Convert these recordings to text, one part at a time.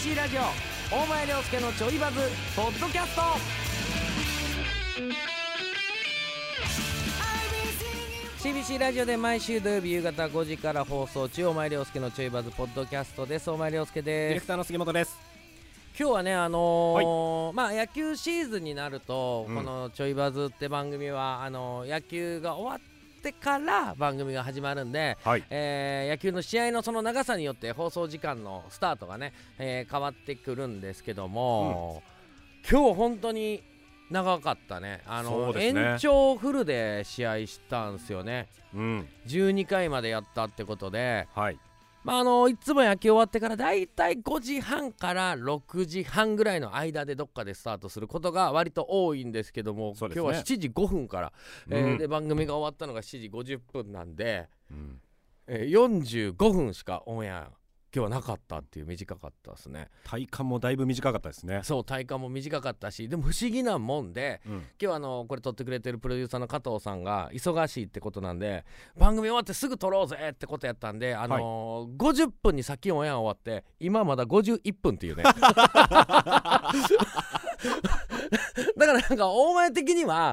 CBC ラジオ大前涼介のちょいバズポッドキャスト。CBC ラジオで毎週土曜日夕方5時から放送中、大前涼介のちょいバズポッドキャストです。大前涼介ディレです。 クターの杉本です。 今日はね野球シーズンになると、このちょいバズって番組は野球が終わってから番組が始まるんで、野球の試合のその長さによって放送時間のスタートがね、変わってくるんですけども、今日本当に長かったね。 そうですね、 延長フルで試合したんですよね。12回までやったってことで、いつも野球終わってからだいたい5時半から6時半ぐらいの間でどっかでスタートすることが割と多いんですけども、今日は7時5分から、で番組が終わったのが7時50分なんで、45分しかオンエア今日はなかったっていう、短かったですね。 体感もだいぶ短かったですね。 そう、体感も短かったし、でも不思議なもんで、今日はこれ撮ってくれてるプロデューサーの加藤さんが忙しいってことなんで、番組終わってすぐ撮ろうぜってことやったんで、50分に先オンエア終わって今まだ51分っていうねだからなんか大前的には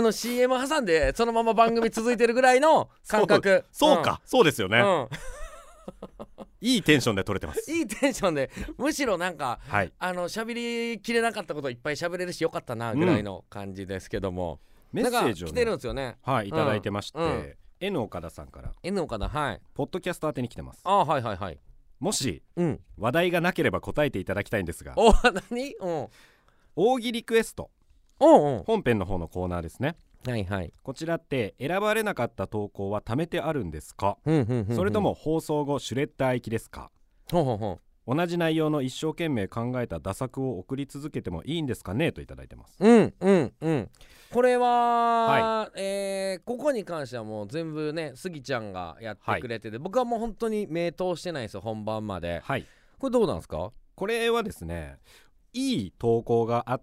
CM 挟んでそのまま番組続いてるぐらいの感覚そうか、そうですよね。いいテンションで撮れてます。 いいテンションで、むしろなんか喋りきれなかったこといっぱい喋れるしよかったなぐらいの感じですけども、 メッセージを、 来てるんですよね。 いただいてまして、N 岡田さんから、 N 岡田、 ポッドキャスト宛てに来てます。もし、話題がなければ答えていただきたいんですが、 何？ 大喜利クエスト、本編の方のコーナーですね。こちらって選ばれなかった投稿は貯めてあるんですか？それとも放送後シュレッダー行きですか？同じ内容の一生懸命考えた打作を送り続けてもいいんですかね、といただいてます。 これは、ここに関してはもう全部ね、スギちゃんがやってくれてて、僕はもう本当に目通してないんですよ、本番まで。これどうなんですか？ これはですね、いい投稿があって、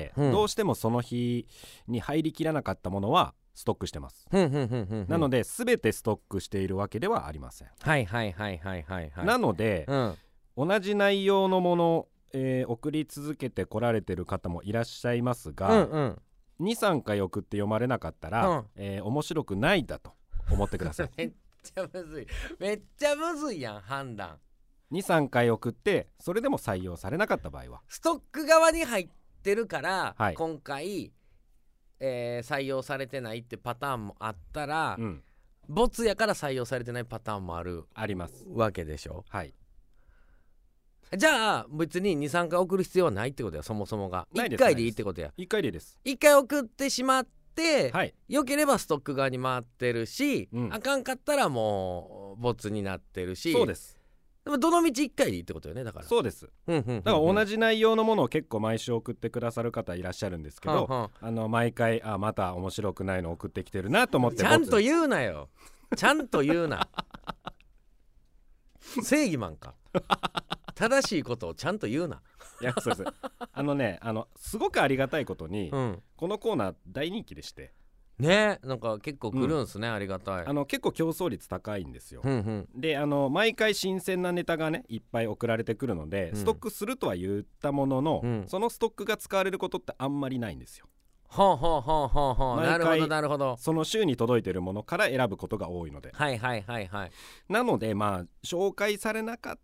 どうしてもその日に入りきらなかったものはストックしてます。なので全てストックしているわけではありません。なので、同じ内容のもの、送り続けてこられてる方もいらっしゃいますが、2、3回送って読まれなかったら、面白くないだと思ってください。 めっちゃむずいやん、判断。 2、3回送ってそれでも採用されなかった場合は、 ストック側に入ってるから、今回、採用されてないってパターンもあったら、ボツやから採用されてないパターンもありますわけでしょ。じゃあ別に 2,3 回送る必要はないってことや、そもそもが。1回でいいってことや。 1回でいいです。 1回送ってしまって、良ければストック側に回ってるし、あかんかったらもうボツになってるし。 そうです。 でもどの道1回でいいってことよね。だからそうです。だから同じ内容のものを結構毎週送ってくださる方いらっしゃるんですけど、毎回また面白くないの送ってきてるなと思って、 ちゃんと言うなよ。ちゃんと言うな正義マンか。正しいことをちゃんと言うな。 いや、そうです。すごくありがたいことに、このコーナー大人気でしてね、なんか結構来るんすね、ありがたい。 結構競争率高いんですよ。で毎回新鮮なネタがねいっぱい送られてくるので、ストックするとは言ったものの、そのストックが使われることってあんまりないんですよ。なるほどなるほど。その週に届いてるものから選ぶことが多いので、なので紹介されなかった、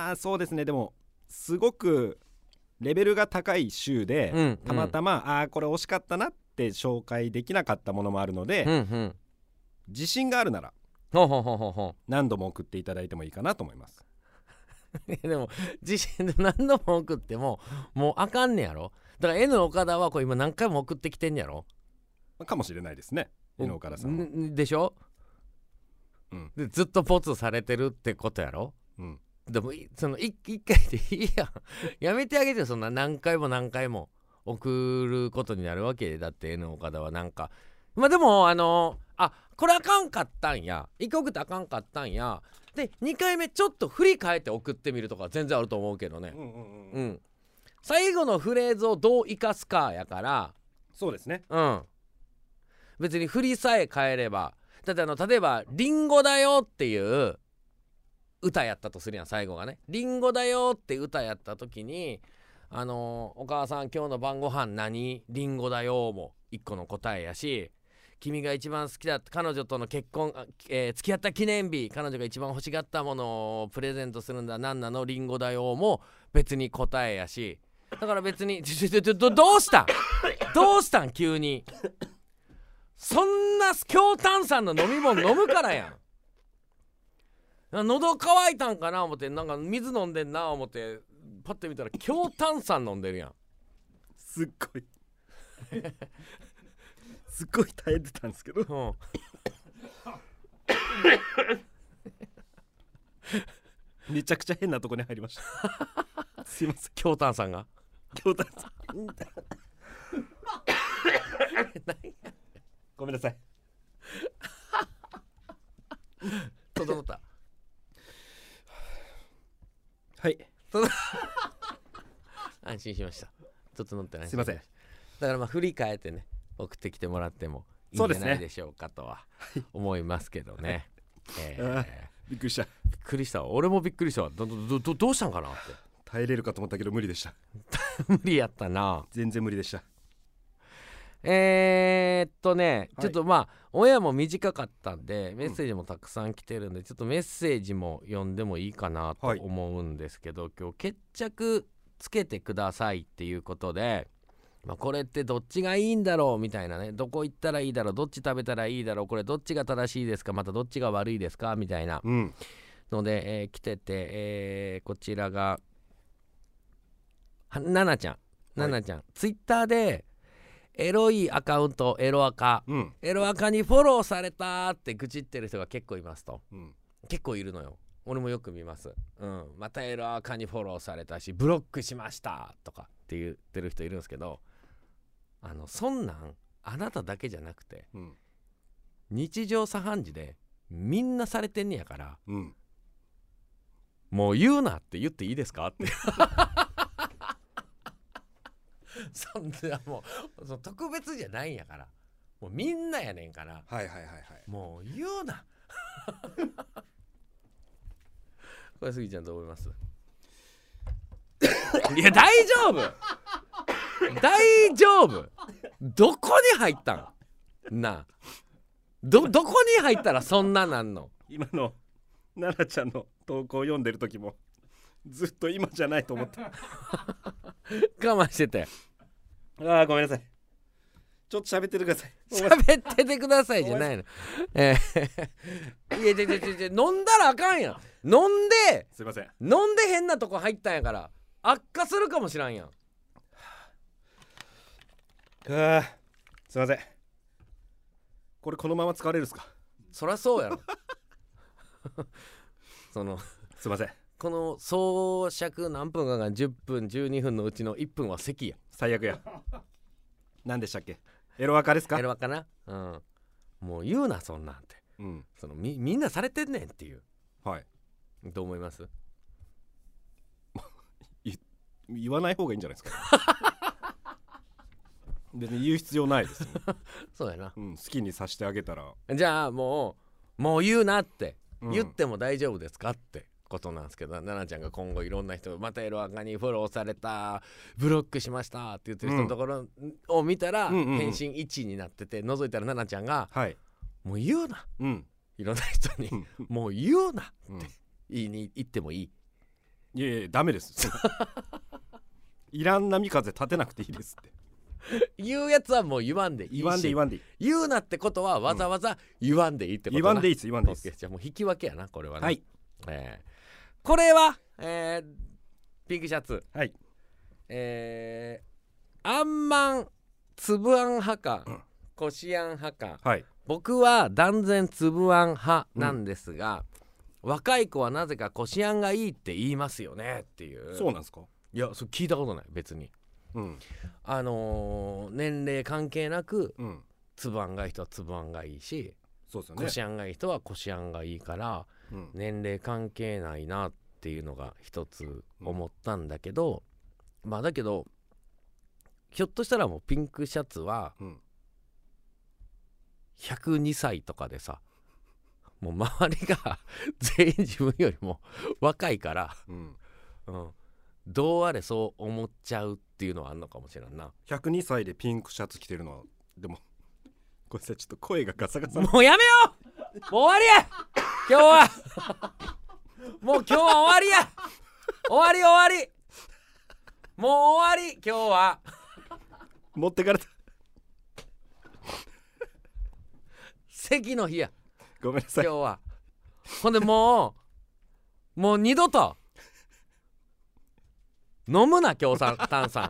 そうですね、でもすごくレベルが高い週で、たまたまこれ惜しかったなって紹介できなかったものもあるので、自信があるなら何度も送っていただいてもいいかなと思いますでも自信で何度も送ってももうあかんねやろ。だから N 岡田はこれ今何回も送ってきてんやろ。 かもしれないですね、N 岡田さんでしょ、でずっとポツされてるってことやろ。でもその 1回でいいやんやめてあげてよ、そんな何回も何回も送ることになるわけで。だって N 岡田はなんかでもこれあかんかったんや、1回送ってあかんかったんやで2回目ちょっと振り返って送ってみるとか全然あると思うけどね。最後のフレーズをどう生かすかやから。 そうですね。 別に振りさえ変えれば、だって例えばリンゴだよっていう歌やったとするやん。最後がねリンゴだよって歌やった時にお母さん今日の晩ご飯何リンゴだよも一個の答えやし、君が一番好きだった彼女との結婚、付き合った記念日彼女が一番欲しがったものをプレゼントするんだ何なのリンゴだよも別に答えやし、だから別にどうしたん急にそんな強炭酸の飲み物飲むからやん。喉乾いたんかな思ってなんか水飲んでんな思ってパッて見たら強炭酸飲んでるやん。 すっごいすっごい耐えてたんですけど、めちゃくちゃ変なとこに入りましたすいません。 強炭酸が強炭酸ごめんなさい整ったはい安心しました。整ってない。 すいません。 だから振り返ってね送ってきてもらってもいいんじゃないでしょうかとは思いますけどね。 びっくりした。 びっくりした。俺もびっくりした。どうしたんかなって耐えれるかと思ったけど無理でした無理やったな。 全然無理でした。 ちょっと親も短かったんでメッセージもたくさん来てるんで、ちょっとメッセージも読んでもいいかなと思うんですけど、今日決着つけてくださいっていうことで、これってどっちがいいんだろうみたいなね、どこ行ったらいいだろう、どっち食べたらいいだろう、これどっちが正しいですか、またどっちが悪いですかみたいなので、来てて、こちらがななちゃん、ツイッターでエロいアカウントエロアカにフォローされたって愚痴ってる人が結構いますと、結構いるのよ。俺もよく見ます、またエロアカにフォローされたしブロックしましたとかって言ってる人いるんですけど、そんなんあなただけじゃなくて、日常茶飯事でみんなされてんねやから、もう言うなって言っていいですかってそんなもう特別じゃないんやから、もうみんなやねんから、もう言うなこれスギちゃんどう思いますいや大丈夫どこに入ったんなあ、どこに入ったらそんななんの。 今の奈々ちゃんの投稿を読んでる時もずっと今じゃないと思って我慢してて、 ごめんなさい。ちょっと喋っててください。 喋っててくださいじゃないの。いや飲んだらあかんやん。飲んですいません。 飲んで変なとこ入ったんやから悪化するかもしらんやん。 すいません。これこのまま使われるんすか。 そりゃそうやろすいません。 この総尺何分かが10分12分のうちの1分は席や。 最悪や何でしたっけ。エロアカですか。 エロアカな、もう言うなそんなんて、みんなされてんねんっていう。どう思います言わない方がいいんじゃないですか別に言う必要ないですよそうやな、 好きにさせてあげたら。 じゃあもう言うなって言っても大丈夫ですかってことなんですけど、奈々ちゃんが今後いろんな人またエロアカにフォローされたブロックしましたって言ってる人のところを見たら、返信1になってて覗いたら奈々ちゃんが、もう言うな、いろんな人にもう言うなって言ってもいい。 いやダメですいらん波風立てなくていいですって言うやつはもう言わんでいいし、 言わんでいい。 言うなってことはわざわざ言わんでいいってことな。 言わんでいいです。 じゃあもう引き分けやなこれはね。 はい、 これは、ピンクシャツ、あんまんつぶあん派か、こしあん派か、僕は断然つぶあん派なんですが、若い子はなぜかこしあんがいいって言いますよねっていう。 そうなんですか。 いやそれ聞いたことない別に、年齢関係なく、つぶあんがいい人はつぶあんがいいし、 そうですよね、 こしあんがいい人はこしあんがいいから、年齢関係ないなっていうのが一つ思ったんだけど、だけどひょっとしたらもうピンクシャツは、102歳とかでさもう周りが全員自分よりも若いから、どうあれそう思っちゃうっていうのはあんのかもしれんな。 102歳でピンクシャツ着てるのはでもこれさちょっと声がガサガサ。 もうやめよう、もう終わりや今日はもう今日は終わりや、終わりもう終わり、今日は持ってかれた席の日や、 ごめんなさい今日は。ほんでもう二度と飲むな強炭酸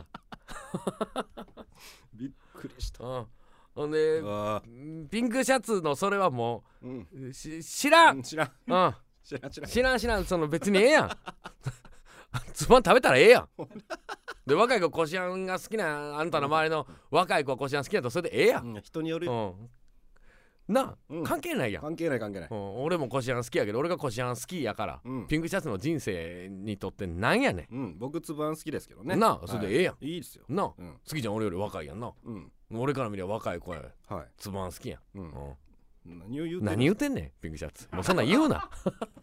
びっくりした。 ほんでピンクシャツのそれはもう、知らん、その別にええやんつまん食べたらええやんで若い子こしあんが好きな、あんたの周りの若い子はこしあん好きやとそれでええやん、 人によるよ、 なあ、関係ないやん。 関係ない、 俺もこしあん好きやけど、俺がこしあん好きやから、ピンクシャツの人生にとってなんやねん。僕つばん好きですけどね。 なあ、それでええやん。 いいですよ。 なあ、好きじゃん、俺より若いやんな。俺から見りゃ若い子や。つばん好きやん。何言うてんねん、ピンクシャツ。もうそんなん言うな。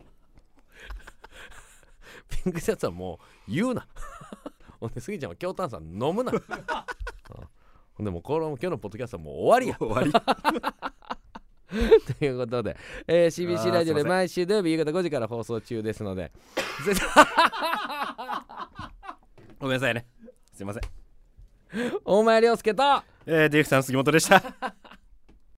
ピンクシャツはもう言うな。ほんで、スギちゃんは強炭酸飲むな。ほんでもう今日のポッドキャストはもう終わりや。 終わり。 ということで、CBC ラジオで毎週土曜日夕方5時から放送中ですのでごめんなさいね、すいません。 大前涼介とディレクターの杉本でした。